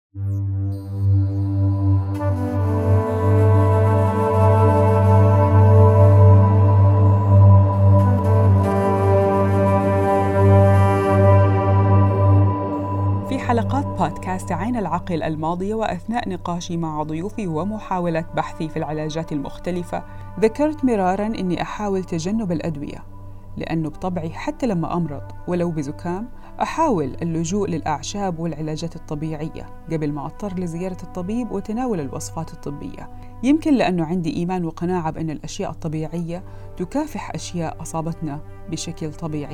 في حلقات بودكاست عين العقل الماضية وأثناء نقاشي مع ضيوفي ومحاولة بحثي في العلاجات المختلفة، ذكرت مرارا أني أحاول تجنب الأدوية، لأنه بطبعي حتى لما أمرض ولو بزكام أحاول اللجوء للأعشاب والعلاجات الطبيعية قبل ما أضطر لزيارة الطبيب وتناول الوصفات الطبية. يمكن لأنه عندي إيمان وقناعة بأن الأشياء الطبيعية تكافح أشياء أصابتنا بشكل طبيعي.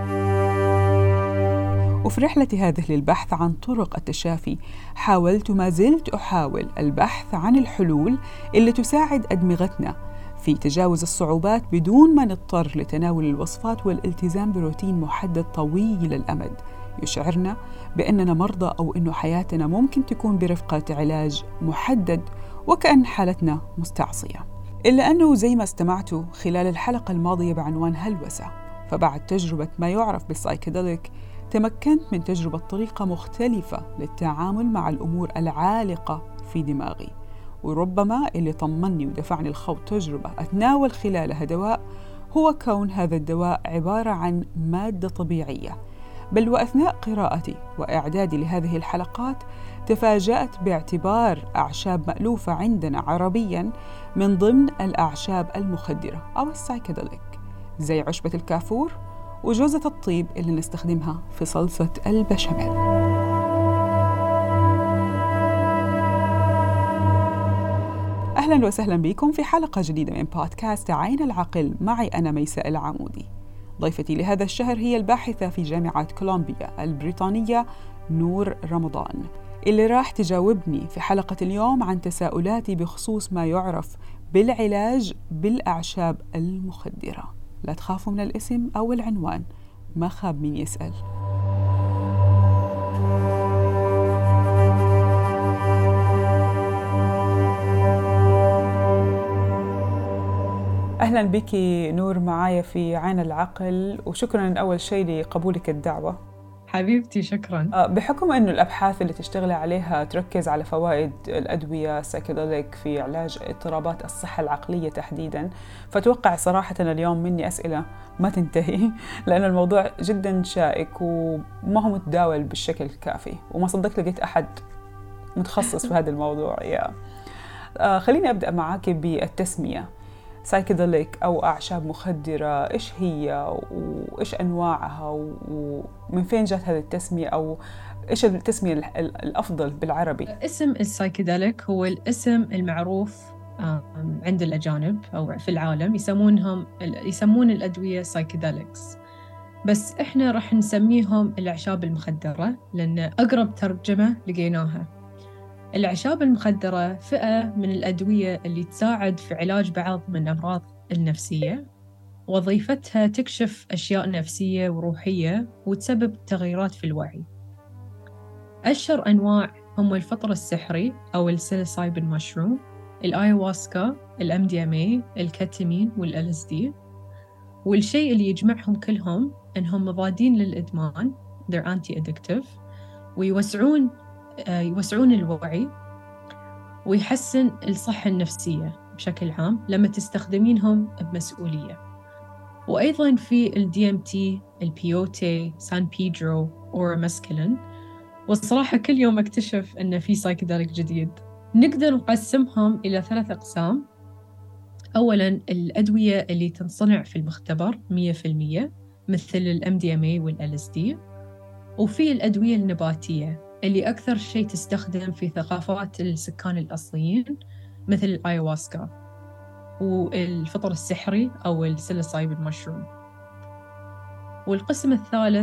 وفي رحلتي هذه للبحث عن طرق التشافي حاولت وما زلت أحاول البحث عن الحلول اللي تساعد أدمغتنا في تجاوز الصعوبات بدون ما نضطر لتناول الوصفات والالتزام بروتين محدد طويل الأمد يشعرنا بأننا مرضى أو أنه حياتنا ممكن تكون برفقة علاج محدد وكأن حالتنا مستعصية. إلا أنه زي ما استمعتوا خلال الحلقة الماضية بعنوان هلوسة، فبعد تجربة ما يعرف بالسايكيديليك تمكنت من تجربة طريقة مختلفة للتعامل مع الأمور العالقة في دماغي، وربما اللي طمني ودفعني لخوض تجربة أتناول خلالها دواء هو كون هذا الدواء عبارة عن مادة طبيعية. بل وأثناء قراءتي وإعدادي لهذه الحلقات تفاجأت باعتبار أعشاب مألوفة عندنا عربياً من ضمن الأعشاب المخدرة أو السايكيديليك، زي عشبة الكافور وجوزة الطيب اللي نستخدمها في صلصة البشاميل. أهلاً وسهلاً بكم في حلقة جديدة من بودكاست عين العقل، معي أنا ميساء العمودي. ضيفتي لهذا الشهر هي الباحثة في جامعة كولومبيا البريطانية نور رمضان، اللي راح تجاوبني في حلقة اليوم عن تساؤلاتي بخصوص ما يعرف بالعلاج بالأعشاب المخدرة. لا تخافوا من الاسم أو العنوان، ما خاب مين يسأل. أهلاً بك نور معايا في عين العقل، وشكراً أول شيء لقبولك الدعوة. حبيبتي شكراً. بحكم أنه الأبحاث اللي تشتغل عليها تركز على فوائد الأدوية السايكيديليك في علاج اضطرابات الصحة العقلية تحديداً، فتوقع صراحة اليوم مني أسئلة ما تنتهي لأن الموضوع جداً شائك وما هو متداول بالشكل الكافي، وما صدقت لقيت أحد متخصص في هذا الموضوع. خليني أبدأ معاك بالتسمية. سايكيديليك أو أعشاب مخدرة، إيش هي وإيش أنواعها ومن فين جات هذه التسمية، أو إيش التسمية الأفضل بالعربي؟ اسم السايكيديليك هو الاسم المعروف عند الأجانب أو في العالم يسمون الأدوية سايكيديليكس، بس إحنا راح نسميهم الأعشاب المخدرة لأن أقرب ترجمة لقيناها. الأعشاب المخدرة فئة من الأدوية اللي تساعد في علاج بعض من الأمراض النفسية، وظيفتها تكشف أشياء نفسية وروحية وتسبب تغييرات في الوعي. أشهر أنواع هم الفطر السحري أو السيلوسايبين مشروم، الآيواسكا، الMDMA، الكتامين والLSD. والشيء اللي يجمعهم كلهم أنهم مضادين للإدمان، they're anti-addictive، ويوسعون الوعي ويحسن الصحة النفسية بشكل عام لما تستخدمينهم بمسؤولية. وأيضاً في DMT، البيوتي، سان بيدرو، أورامسكلين. والصراحة كل يوم أكتشف أن في سايكيديليك جديد. نقدر نقسمهم إلى 3 أقسام. أولاً الأدوية اللي تنصنع في المختبر 100% مثل الMDMA والLSD، وفي الأدوية النباتية اللي أكثر شيء تستخدم في ثقافات السكان الأصليين مثل الآيواسكا والفطر السحري أو السيلوسايبين مشروم. والقسم الثالث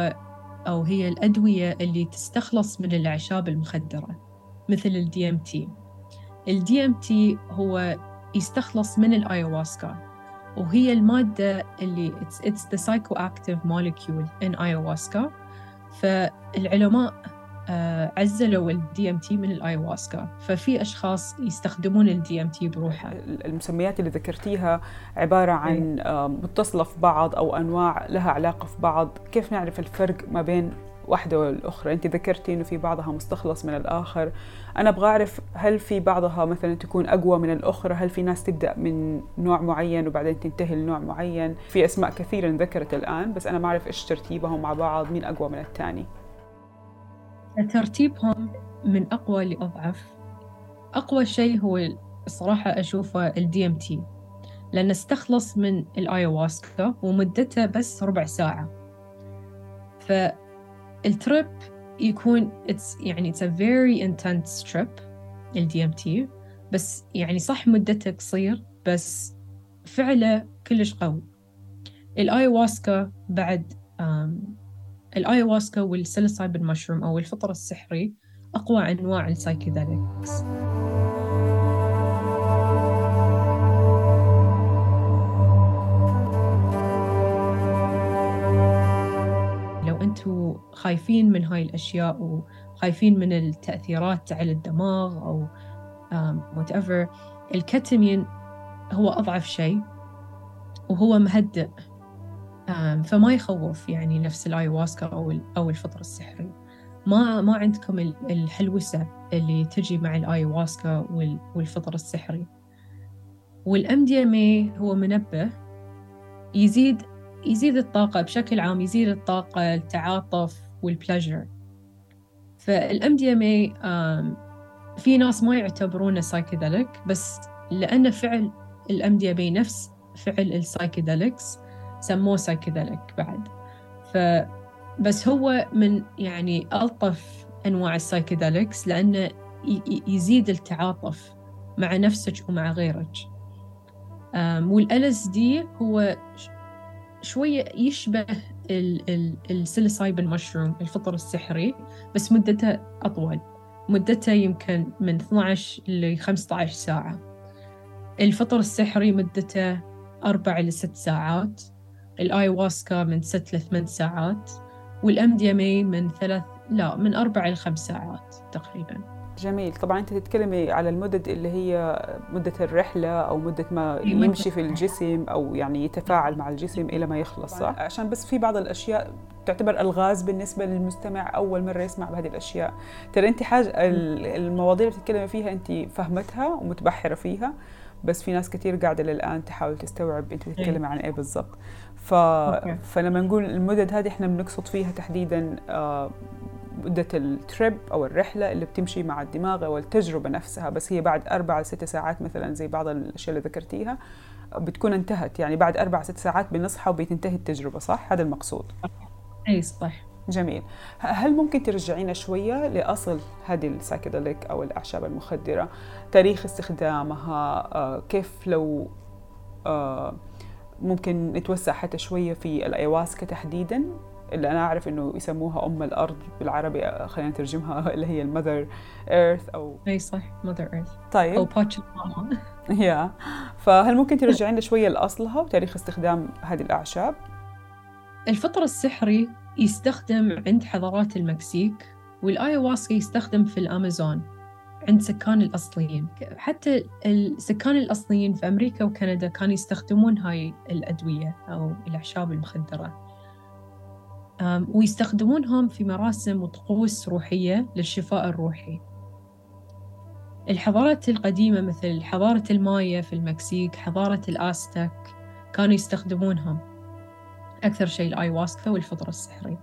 هي الأدوية اللي تستخلص من الأعشاب المخدرة مثل DMT. DMT هو يستخلص من الآيواسكا، وهي المادة اللي it's the psychoactive molecule in ayahuasca. فالعلماء عزلوا DMT من الآيواسكا، ففي أشخاص يستخدمون DMT بروحه. المسميات اللي ذكرتيها عبارة عن متصلة في بعض أو أنواع لها علاقة في بعض، كيف نعرف الفرق ما بين واحدة والأخرى؟ أنت ذكرتي إنه في بعضها مستخلص من الآخر، أنا أبغى أعرف هل في بعضها مثلا تكون أقوى من الأخرى؟ هل في ناس تبدأ من نوع معين وبعدين تنتهي لنوع معين؟ في أسماء كثيرة ذكرت الآن بس أنا ما أعرف إيش ترتيبهم مع بعض، مين أقوى من الثاني؟ ترتيبهم من أقوى لأضعف. أقوى شيء هو الصراحة أشوفه DMT، لأنه استخلص من الآيواسكا ومدته بس 4 ساعة. فالتريب يكون it's a very intense trip DMT، بس يعني صح مدته قصير بس فعله كلش قوي. الآيواسكا بعد الآيواسكا والسيلوسايبين مشروم أو الفطر السحري أقوى أنواع السايكيديليكس. لو أنتوا خايفين من هاي الأشياء وخايفين من التأثيرات على الدماغ أو whatever، الكتامين هو أضعف شيء وهو مهدئ، فما يخوف يعني نفس الآيواسكا أو الفطر السحري. ما عندكم الحلوسة اللي تجي مع الآيواسكا والفطر السحري. والMDMA هو منبه يزيد الطاقة بشكل عام، يزيد الطاقة، التعاطف والبليجر. فالMDMA في ناس ما يعتبرونه سايكيديليك، بس لأن فعل الMDMA نفس فعل السايكيديليكس سموه سايكيديليك بعد. بس هو من يعني ألطف أنواع السايكيديليكس لأنه يزيد التعاطف مع نفسك ومع غيرك. والLSD هو شوية يشبه السيلوسايبين مشروم الفطر السحري، بس مدته أطول، مدته يمكن من 12 ل 15 ساعة. الفطر السحري مدته 4 ل 6 ساعات، الآيواسكا من 6 ل 8 ساعات، والMDMA من 4 ل 5 ساعات تقريباً. جميل. طبعا أنت تتكلمي على المدد اللي هي مدة الرحلة أو مدة ما يمشي في الجسم أو يعني يتفاعل مع الجسم إلى ما يخلص، صح؟ عشان بس في بعض الأشياء تعتبر ألغاز بالنسبة للمستمع أول مرة يسمع بهذه الأشياء. ترى أنت حاجة المواضيع اللي بتتكلمي فيها أنت فهمتها ومتبحرة فيها، بس في ناس كتير قاعدة للآن تحاول تستوعب أنت بتتكلمي عن إيه بالضبط. فلما نقول المدد هذه إحنا بنقصد فيها تحديداً مدة التريب أو الرحلة اللي بتمشي مع الدماغ أو التجربة نفسها، بس هي بعد 4 ل 6 ساعات مثلاً زي بعض الأشياء اللي ذكرتيها بتكون انتهت، يعني بعد 4 ل 6 ساعات بنصحى وبتنتهي التجربة، صح؟ هذا المقصود. أي صح. جميل. هل ممكن ترجعينا شوية لأصل هذه السايكيديليك أو الأعشاب المخدرة، تاريخ استخدامها، كيف لو ممكن نتوسع حتى شوية في الأيواسكا تحديداً اللي أنا أعرف إنه يسموها أم الأرض بالعربي، خلينا نترجمها اللي هي المذر إيرث أو أي صح مذر إيرث. طيب أو باتشماما. يا فهل ممكن ترجعينا شوية لأصلها وتاريخ استخدام هذه الأعشاب؟ الفطر السحري يستخدم عند حضارات المكسيك، والآيواسكا يستخدم في الأمازون عند سكان الأصليين. حتى السكان الأصليين في أمريكا وكندا كانوا يستخدمون هاي الأدوية أو الأعشاب المخدرة، ويستخدمونهم في مراسم وطقوس روحية للشفاء الروحي. الحضارات القديمة مثل حضارة المايا في المكسيك، حضارة الآستك، كانوا يستخدمونهم أكثر شيء الآيواسكا والفطر السحري.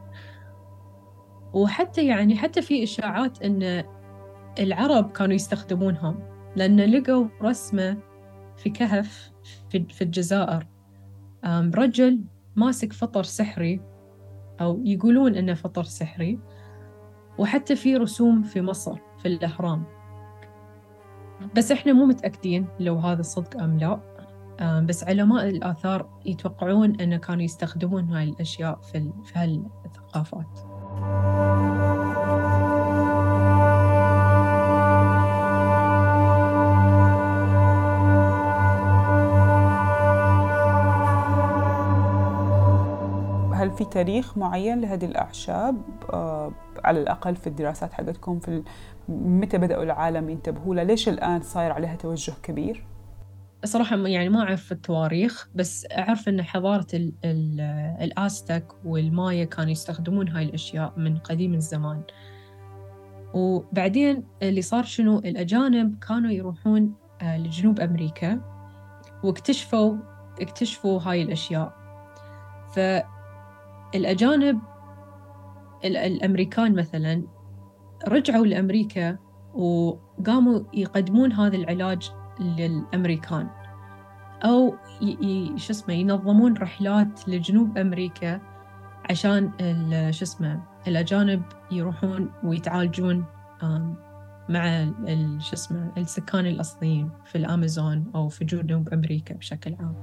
وحتى حتى في إشاعات أن العرب كانوا يستخدمونهم، لأن لقوا رسمة في كهف في الجزائر، رجل ماسك فطر سحري أو يقولون إنه فطر سحري، وحتى في رسوم في مصر في الأهرام، بس إحنا مو متأكدين لو هذا صدق أم لا. بس علماء الآثار يتوقعون أنه كانوا يستخدمون هاي الأشياء في هالثقافات. هل في تاريخ معين لهذه الأعشاب على الأقل في الدراسات حقتكم متى بدأوا العالم ينتبهوا لها؟ ليش الآن صاير عليها توجه كبير؟ صراحة يعني ما أعرف التواريخ، بس أعرف أن حضارة الآستك والمايا كانوا يستخدمون هاي الأشياء من قديم الزمان. وبعدين اللي صار شنو، الأجانب كانوا يروحون لجنوب أمريكا واكتشفوا هاي الأشياء. فالأجانب الأمريكان مثلاً رجعوا لأمريكا وقاموا يقدمون هذا العلاج للأمريكان، أو ينظمون رحلات لجنوب أمريكا عشان الأجانب يروحون ويتعالجون مع السكان الأصليين في الأمازون أو في جنوب أمريكا بشكل عام.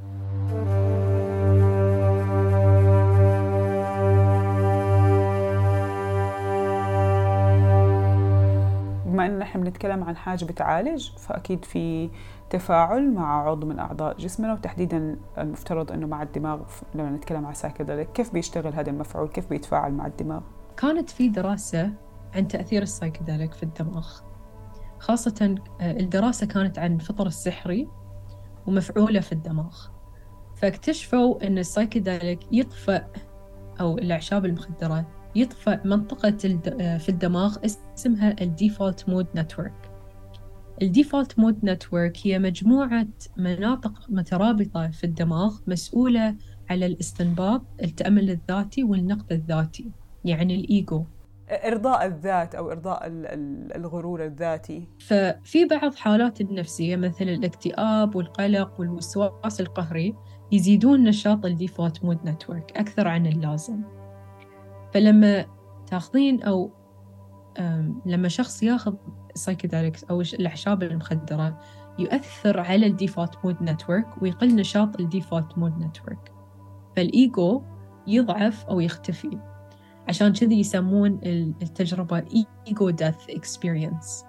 بما أننا نحن بنتكلم عن حاجة بتعالج، فأكيد في تفاعل مع عضو من أعضاء جسمنا، وتحديدا المفترض أنه مع الدماغ. لما نتكلم عن سايكيدليك، كيف بيشتغل هذا المفعول؟ كيف بيتفاعل مع الدماغ؟ كانت في دراسة عن تأثير السايكيدليك في الدماغ، خاصة الدراسة كانت عن الفطر السحري ومفعوله في الدماغ. فاكتشفوا أن السايكيدليك يطفئ، أو الأعشاب المخدرة يطفئ منطقة في الدماغ اسمها الديفولت مود نتورك. الديفولت مود نتورك هي مجموعة مناطق مترابطة في الدماغ مسؤولة على الاستنباط، التأمل الذاتي والنقد الذاتي، يعني الإيجو، إرضاء الذات أو إرضاء الغرور الذاتي. ففي بعض حالات النفسية مثل الاكتئاب والقلق والوسواس القهري يزيدون نشاط الديفولت مود نتورك أكثر عن اللازم. فلما تاخذين أو لما شخص ياخذ سايكيدليكس أو الأعشاب المخدرة يؤثر على الديفولت مود نتورك ويقل نشاط الديفولت مود نتورك، فالإيجو يضعف أو يختفي. عشان كذي يسمون التجربة Ego Death Experience.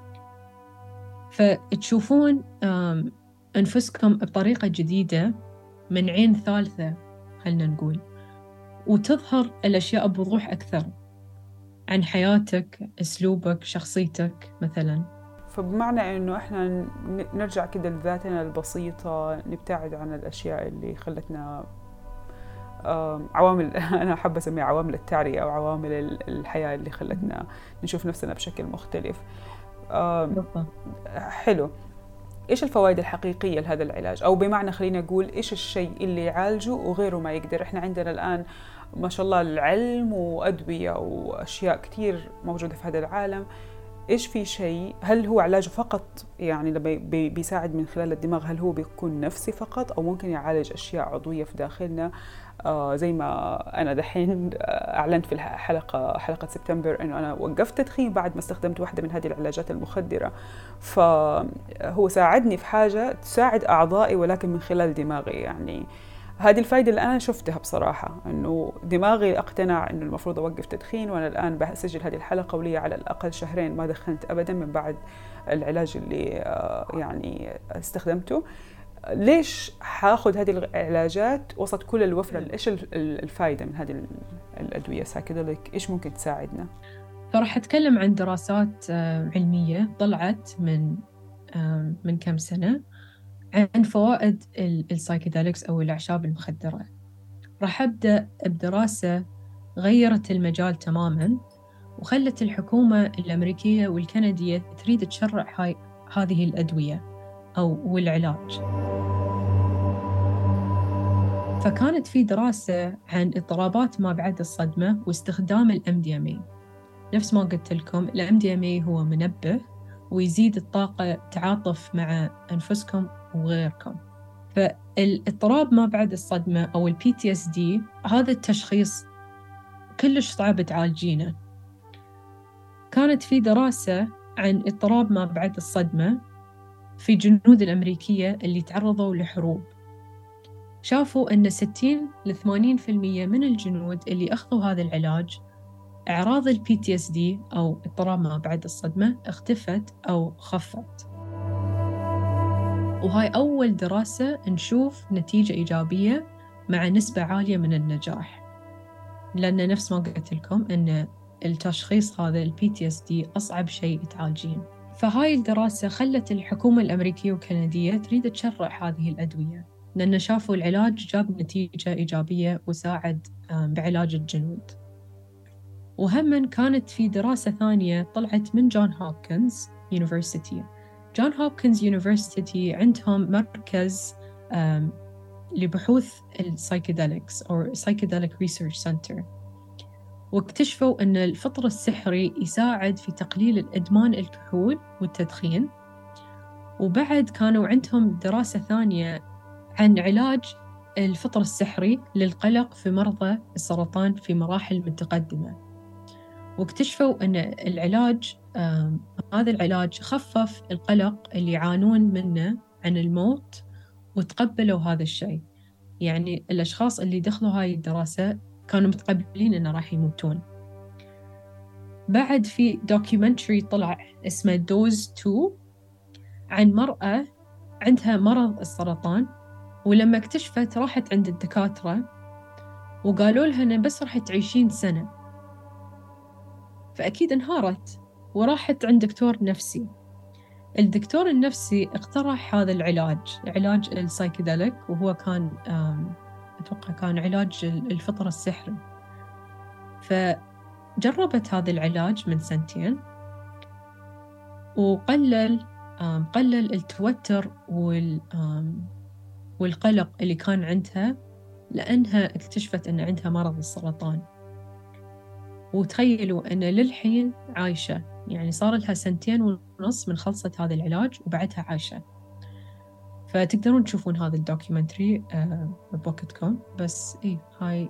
فتشوفون أنفسكم بطريقة جديدة من عين ثالثة، خلنا نقول، وتظهر الأشياء بوضوح أكثر عن حياتك، أسلوبك، شخصيتك مثلا. فبمعنى إنه إحنا نرجع كده لذاتنا البسيطة، نبتعد عن الأشياء اللي خلتنا عوامل أنا حابة أسميها عوامل التعرية أو عوامل الحياة اللي خلتنا نشوف نفسنا بشكل مختلف. حلو. إيش الفوائد الحقيقية لهذا العلاج؟ أو بمعنى خلينا نقول إيش الشيء اللي يعالجه وغيره ما يقدر؟ إحنا عندنا الآن ما شاء الله العلم وأدوية وأشياء كتير موجودة في هذا العالم. إيش في شيء، هل هو علاجه فقط يعني لما بيساعد من خلال الدماغ، هل هو بيكون نفسي فقط أو ممكن يعالج أشياء عضوية في داخلنا؟ زي ما أنا دحين أعلنت في حلقة سبتمبر أنه أنا وقفت تدخين بعد ما استخدمت واحدة من هذه العلاجات المخدرة، فهو ساعدني في حاجة تساعد أعضائي ولكن من خلال دماغي. يعني هذه الفائدة اللي أنا شفتها بصراحة، أنه دماغي اقتنع أنه المفروض أوقف تدخين، وأنا الآن بسجل هذه الحلقة ولي على الأقل 2 شهرين ما دخنت أبدا من بعد العلاج اللي يعني استخدمته. ليش حاخذ هذه العلاجات وسط كل الوفرة؟ إيش الفائدة من هذه الأدوية سايكيدليك؟ إيش ممكن تساعدنا؟ فراح أتكلم عن دراسات علمية طلعت من كم سنة عن فوائد السايكيدليكس أو الأعشاب المخدرة. راح أبدأ بدراسة غيرت المجال تماماً وخلت الحكومة الأمريكية والكندية تريد تشرع هذه الأدوية أو العلاج. فكانت في دراسة عن اضطرابات ما بعد الصدمة واستخدام الMDMA. نفس ما قلت لكم، الMDMA هو منبه ويزيد الطاقة، تعاطف مع أنفسكم وغيركم. فالاضطراب ما بعد الصدمة أو PTSD هذا التشخيص كلش صعب تعالجينه. كانت في دراسة عن اضطراب ما بعد الصدمة في الجنود الأمريكية اللي تعرضوا لحروب. شافوا أن 60 ل 80% من الجنود اللي أخذوا هذا العلاج أعراض PTSD أو اضطراب ما بعد الصدمة اختفت أو خفت. وهاي أول دراسة نشوف نتيجة إيجابية مع نسبة عالية من النجاح، لأن نفس ما قلت لكم أن التشخيص هذا PTSD أصعب شيء تعالجين. فهاي الدراسة خلت الحكومة الأمريكية والكندية تريد تشرع هذه الأدوية، لأن شافوا العلاج جاب نتيجة إيجابية وساعد بعلاج الجنود. وهم كانت في دراسة ثانية طلعت من جون هوبكنز يونيفرسيتي. جون هوبكنز يونيفرسيتي عندهم مركز لبحوث السايكيديليكس أو Psychedelic Research Center، واكتشفوا أن الفطر السحري يساعد في تقليل الإدمان الكحول والتدخين. وبعد كانوا عندهم دراسة ثانية عن علاج الفطر السحري للقلق في مرضى السرطان في مراحل متقدمة، واكتشفوا أن العلاج هذا العلاج خفف القلق اللي يعانون منه عن الموت، وتقبلوا هذا الشيء. يعني الأشخاص اللي دخلوا هاي الدراسة كانوا متقبلين أنه راح يموتون. بعد في دوكيومنتري طلع اسمه دوز 2 عن مرأة عندها مرض السرطان، ولما اكتشفت راحت عند الدكاترة وقالوا لها أنه بس راح تعيشين سنة، فأكيد انهارت وراحت عند دكتور نفسي. الدكتور النفسي اقترح هذا علاج السايكيديليك، وهو كان أتوقع كان علاج الفطر السحري. فجربت هذا العلاج من 2 سنين، وقلل التوتر والقلق اللي كان عندها، لأنها اكتشفت أن عندها مرض السرطان. وتخيلوا أن للحين عايشة، يعني صار لها 2.5 سنين من خلصت هذا العلاج وبعدها عايشة. فتقدرون تشوفون هذا الدوكيومنتري بوقتكم. بس هاي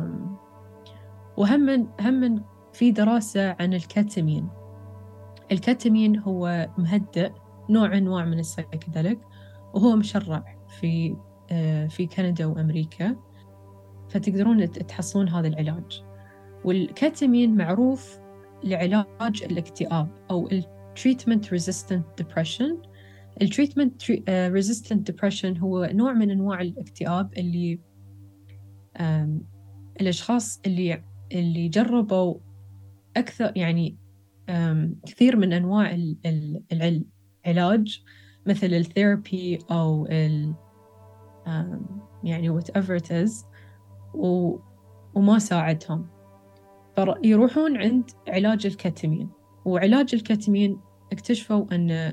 وهم في دراسة عن الكاتامين. الكاتامين هو مهدئ، نوع من السايكيديليك، وهو مشرع في كندا وأمريكا، فتقدرون تحصلون هذا العلاج. والكاتامين معروف لعلاج الاكتئاب أو Treatment Resistant Depression. Treatment Resistant Depression هو نوع من أنواع الاكتئاب اللي الأشخاص اللي جربوا أكثر، يعني كثير من أنواع العلاج مثل الثيرابي أو يعني whatever it is، وما ساعدهم، فيروحون عند علاج الكاتامين. وعلاج الكاتامين اكتشفوا أنه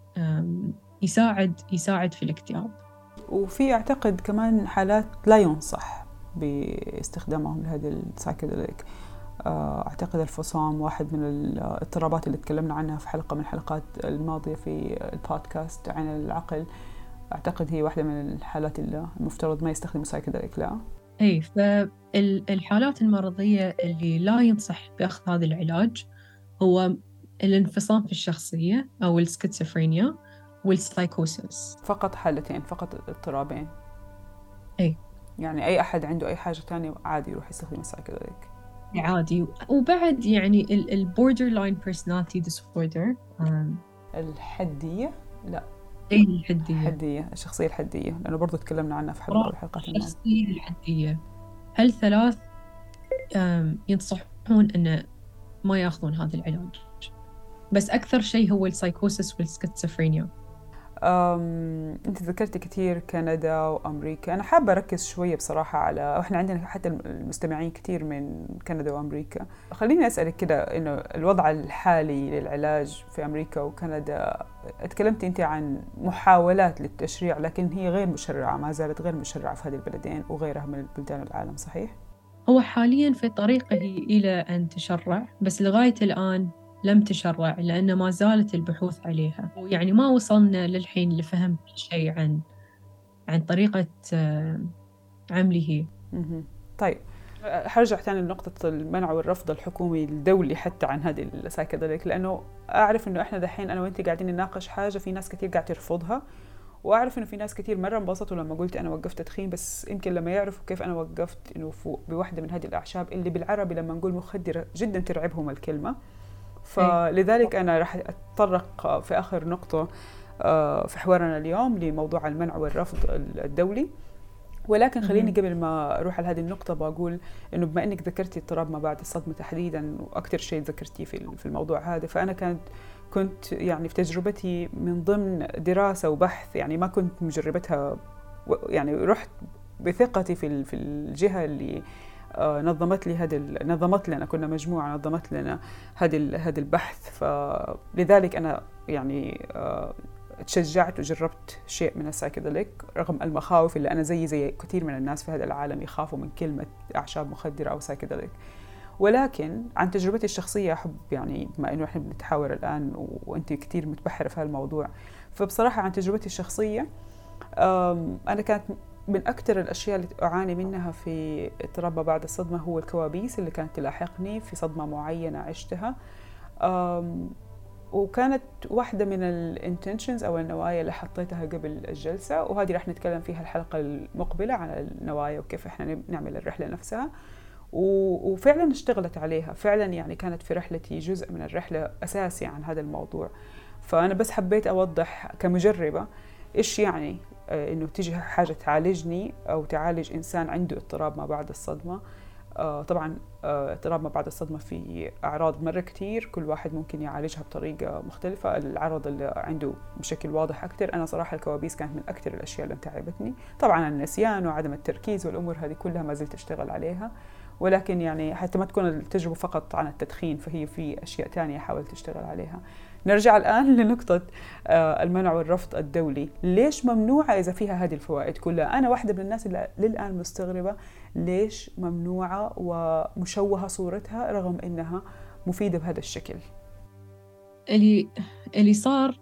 يساعد في الاكتئاب. وفي أعتقد كمان حالات لا ينصح باستخدامهم لهذا السايكيديليك. أعتقد الفصام واحد من الاضطرابات اللي تكلمنا عنها في حلقة من الحلقات الماضية في البودكاست عن العقل. أعتقد هي واحدة من الحالات اللي المفترض ما يستخدموا سايكيديليك. لا فالحالات المرضية اللي لا ينصح بأخذ هذا العلاج هو الانفصام في الشخصية أو السكيزوفرينيا والسايكوسيس. فقط حالتين، فقط اضطرابين. يعني أي أحد عنده أي حاجة تانية عادي يروح يستخدم السايكيديليك عادي. وبعد يعني borderline personality disorder، الحدية. لا الحدية، الشخصية الحدية، لأنه برضو تكلمنا عنها في حلقة الحلقات الماضية. الشخصية الحدية هل 3 ينصحون أن ما يأخذون هذا العلاج، بس أكثر شيء هو السايكوسيس والسكيزوفرينيا. أنت ذكرت كثير كندا وأمريكا، أنا حابة أركز شوية بصراحة على، وإحنا عندنا حتى المستمعين كثير من كندا وأمريكا. خليني أسألك كده، إنه الوضع الحالي للعلاج في أمريكا وكندا، اتكلمت أنت عن محاولات للتشريع لكن هي غير مشرعة، ما زالت غير مشرعة في هذه البلدين وغيرها من بلدان العالم، صحيح؟ هو حاليا في طريقه إلى أن تشرع، بس لغاية الآن لم تشرع لأن ما زالت البحوث عليها، ويعني ما وصلنا للحين لفهم شيء عن طريقة عمله. طيب حرجع ثاني لنقطة المنع والرفض الحكومي الدولي حتى عن هذه السايكيديليك، لأنه أعرف إنه إحنا دحين أنا وإنتي قاعدين نناقش حاجة في ناس كتير قاعد ترفضها، وأعرف إنه في ناس كتير مرة انبسطوا لما قلت أنا وقفت تدخين، بس يمكن لما يعرفوا كيف أنا وقفت إنه بواحدة من هذه الأعشاب اللي بالعربي لما نقول مخدرة جدا ترعبهم الكلمة. فلذلك أنا راح أتطرق في آخر نقطة في حوارنا اليوم لموضوع المنع والرفض الدولي، ولكن خليني قبل ما أروح على هذه النقطة بقول إنه بما إنك ذكرتي اضطراب ما بعد الصدمة تحديداً وأكثر شيء ذكرتيه في الموضوع هذا، فأنا كانت كنت يعني في تجربتي من ضمن دراسة وبحث، يعني ما كنت مجربتها، يعني رحت بثقتي في الجهة اللي نظمت لنا، كنا مجموعة نظمت لنا هذا البحث. فلذلك أنا يعني تشجعت وجربت شيء من السايكيدليك رغم المخاوف اللي أنا زي كثير من الناس في هذا العالم يخافوا من كلمة أعشاب مخدرة أو سايكيدليك. ولكن عن تجربتي الشخصية أحب، يعني بما أنه إحنا بنتحاور الآن وأنت كثير متبحرة في هالموضوع، فبصراحة عن تجربتي الشخصية أنا كانت من أكثر الأشياء اللي أعاني منها في اضطراب ما بعد الصدمة هو الكوابيس اللي كانت تلاحقني في صدمة معينة عشتها. وكانت واحدة من الانتنشنز أو النوايا اللي حطيتها قبل الجلسة، وهذه رح نتكلم فيها الحلقة المقبلة عن النوايا وكيف إحنا نعمل الرحلة نفسها. وفعلا اشتغلت عليها فعلا، يعني كانت في رحلتي جزء من الرحلة أساسي عن هذا الموضوع. فأنا بس حبيت أوضح كمجربة إيش يعني إنه تيجي حاجة تعالجني أو تعالج إنسان عنده اضطراب ما بعد الصدمة. طبعا اضطراب ما بعد الصدمة في أعراض مرة كتير، كل واحد ممكن يعالجها بطريقة مختلفة. العرض اللي عنده بشكل واضح أكتر، أنا صراحة الكوابيس كانت من أكتر الأشياء اللي تعبتني. طبعا النسيان وعدم التركيز والأمور هذه كلها ما زلت أشتغل عليها، ولكن يعني حتى ما تكون التجربة فقط عن التدخين، فهي في أشياء تانية حاولت أشتغل عليها. نرجع الآن لنقطة المنع والرفض الدولي. ليش ممنوعة إذا فيها هذه الفوائد كلها؟ أنا واحدة من الناس اللي للآن مستغربة ليش ممنوعة ومشوهة صورتها رغم إنها مفيدة بهذا الشكل. اللي صار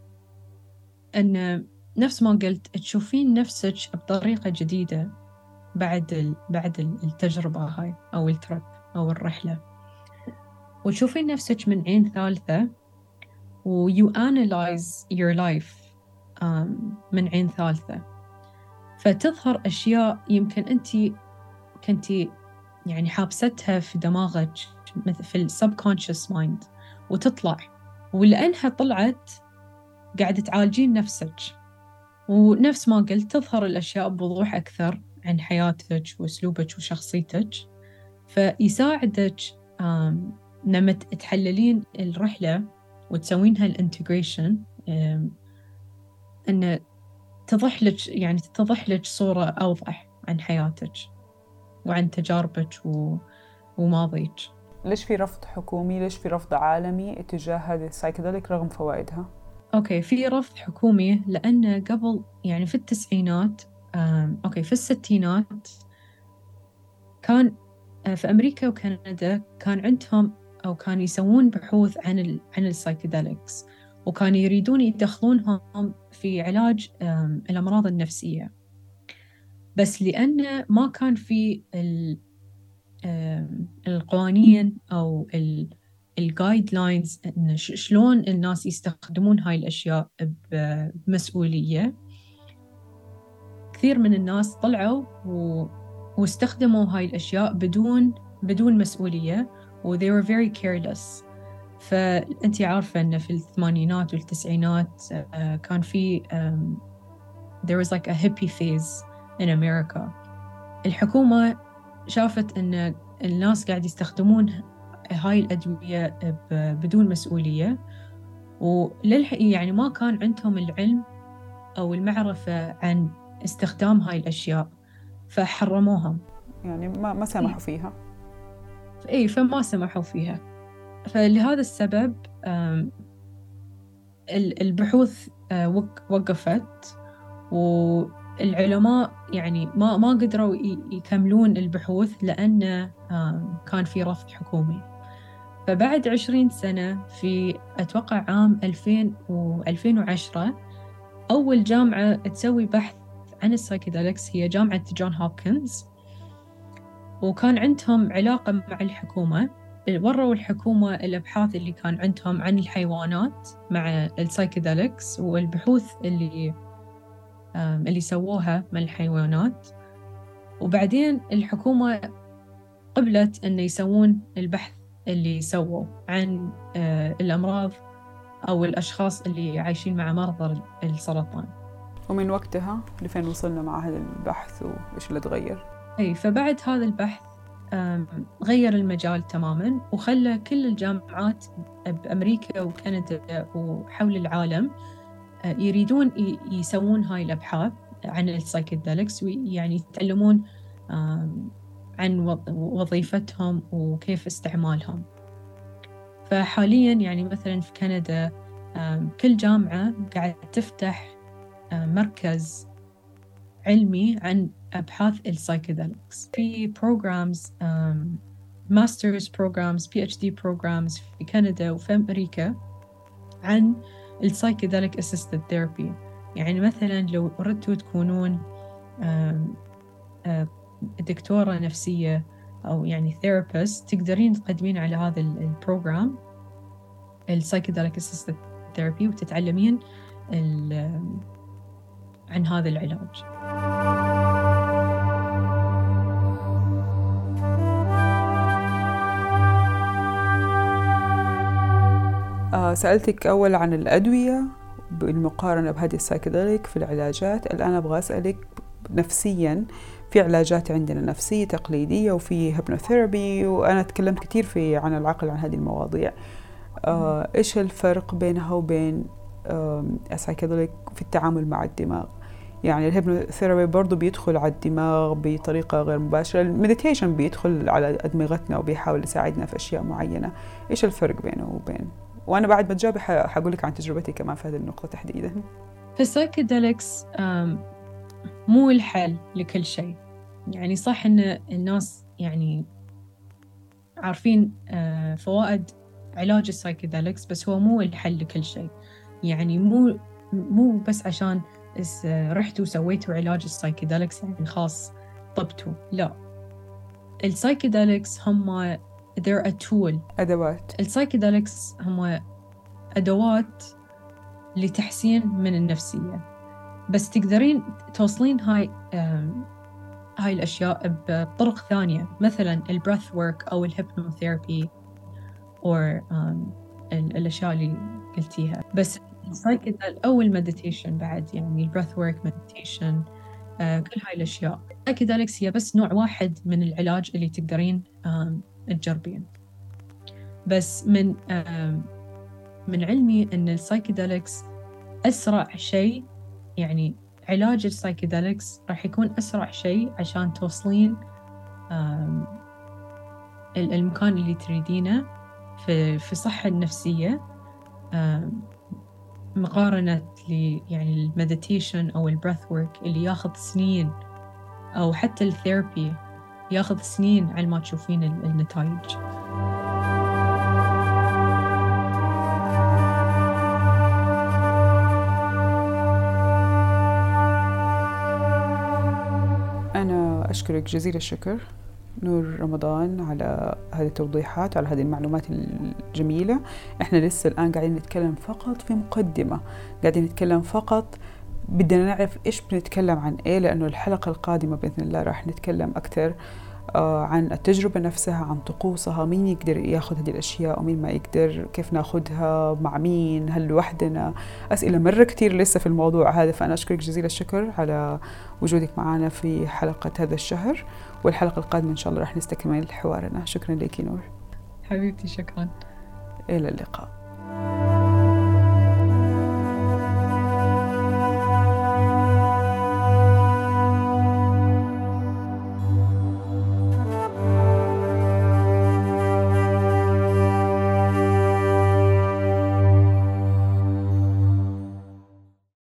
أن نفس ما قلت تشوفين نفسك بطريقة جديدة بعد التجربة هاي أو الترب أو الرحلة، وتشوفين نفسك من عين ثالثة، و you analyze your life من عين ثالثة، فتظهر أشياء يمكن أنت كنتي يعني حابستها في دماغك مثل في السبكونشس مايند وتطلع، ولأنها طلعت قاعدة تعالجين نفسك. ونفس ما قلت تظهر الأشياء بوضوح أكثر عن حياتك وأسلوبك وشخصيتك، فيساعدك لما تحللين الرحلة وتسوينها الانتجريشن أن تتضح لك صورة أوضح عن حياتك وعن تجاربك وماضيك. ليش في رفض حكومي، ليش في رفض عالمي اتجاه هذه السايكيدليك رغم فوائدها؟ أوكي، في رفض حكومي لأن قبل يعني في التسعينات في الستينات كان في أمريكا وكندا كان عندهم أو كانوا يسوون بحوث عن السايكيدليكس، وكانوا يريدون يدخلونهم في علاج الأمراض النفسية، بس لأن ما كان في القوانين أو الجايد لاينز إن شلون الناس يستخدمون هاي الأشياء بمسؤولية، كثير من الناس طلعوا واستخدموا هاي الأشياء بدون مسؤولية، و they were very careless. فأنتي عارفة أن في الثمانينات والتسعينات كان في there was like a hippie phase in America. الحكومة شافت أن الناس قاعد يستخدمون هاي الأدوية بدون مسؤولية، يعني ما كان عندهم العلم أو المعرفة عن استخدام هاي الأشياء، فحرموها، يعني ما سمحوا فيها. فما سمحوا فيها. فلهذا السبب البحوث وقفت، والعلماء يعني ما قدروا يكملون البحوث لأن كان في رفض حكومي. فبعد 20 سنة في أتوقع عام 2010 أول جامعة تسوي بحث عن السايكيدليكس هي جامعة جون هوبكنز، وكان عندهم علاقة مع الحكومة. وروا الحكومة الأبحاث اللي كان عندهم عن الحيوانات مع السايكيدليكس والبحوث اللي سووها مع الحيوانات، وبعدين الحكومة قبلت أن يسوون البحث اللي سووه عن الأمراض أو الأشخاص اللي عايشين مع مرضى السرطان. ومن وقتها لفين وصلنا مع هذا البحث وإيش اللي تغير؟ فبعد هذا البحث غير المجال تماماً وخلى كل الجامعات بأمريكا وكندا وحول العالم يريدون يسوون هاي الأبحاث عن السايكيديلكس، ويعني يتعلمون عن وظيفتهم وكيف استعمالهم. فحالياً يعني مثلاً في كندا كل جامعة قاعد تفتح مركز علمي عن أبحاث السايكيديلكس. في programs masters programs PhD programs في كندا وفي أمريكا عن السايكيديليك assisted therapy. يعني مثلا لو أردتوا تكونون دكتورة نفسية أو يعني therapist، تقدرين تقدمين على هذا البروجرام السايكيديليك assisted therapy وتتعلمين عن هذا العلاج. سألتك أول عن الأدوية بالمقارنة بهذه السايكيديليك في العلاجات. الآن أبغى أسألك نفسياً، في علاجات عندنا نفسية تقليدية وفي هيبنوثيرابي، وأنا تكلمت كتير عن العقل عن هذه المواضيع. إيش الفرق بينها وبين السايكيديليك في التعامل مع الدماغ؟ يعني الهيبنوثيرابي برضو بيدخل على الدماغ بطريقة غير مباشرة، المديتيشن بيدخل على أدمغتنا وبيحاول يساعدنا في أشياء معينة. إيش الفرق بينه وبين؟ وأنا بعد ما تجاوبي حقول لك عن تجربتي كمان في هذه النقطة تحديدا. في السايكيديلكس مو الحل لكل شيء. يعني صح إن الناس يعني عارفين فوائد علاج السايكيديلكس، بس هو مو الحل لكل شيء. يعني مو بس عشان رحتوا وسويتوا علاج السايكيديلكس يعني خاص طبتوا، لا. السايكيديلكس هم they're a tool، أدوات. السايكيديلكس هم أدوات لتحسين من النفسية، بس تقدرين توصلين هاي الأشياء بطرق ثانية، مثلاً البريث ورك أو الهيبنوثيرابي أو الأشياء اللي قلتيها. بس السايكيديل أو المديتيشن بعد، يعني البريث ورك مديتيشن، كل هاي الأشياء. السايكيديلكس هي بس نوع واحد من العلاج اللي تقدرين تجربين. بس من علمي أن السايكيديلكس أسرع شيء، يعني علاج السايكيديلكس راح يكون أسرع شيء عشان توصلين المكان اللي تريدينه في الصحة النفسية، مقارنة يعني المديتيشن أو البريث ورك اللي ياخذ سنين، أو حتى الثيرابي ياخذ سنين على ما تشوفين النتائج. أنا أشكرك جزيل الشكر نور رمضان على هذه التوضيحات، على هذه المعلومات الجميلة. إحنا لسه الآن قاعدين نتكلم فقط في مقدمة، قاعدين نتكلم فقط، بدنا نعرف إيش بنتكلم عن إيه، لأنه الحلقة القادمة بإذن الله راح نتكلم أكثر عن التجربة نفسها، عن طقوسها، مين يقدر ياخذ هذه الأشياء ومين ما يقدر، كيف ناخذها، مع مين، هل لوحدنا. أسئلة مرة كتير لسه في الموضوع هذا. فأنا أشكرك جزيل الشكر على وجودك معنا في حلقة هذا الشهر، والحلقة القادمة إن شاء الله راح نستكمل حوارنا. شكرا لك نور حبيبتي، شكرا. إلى اللقاء.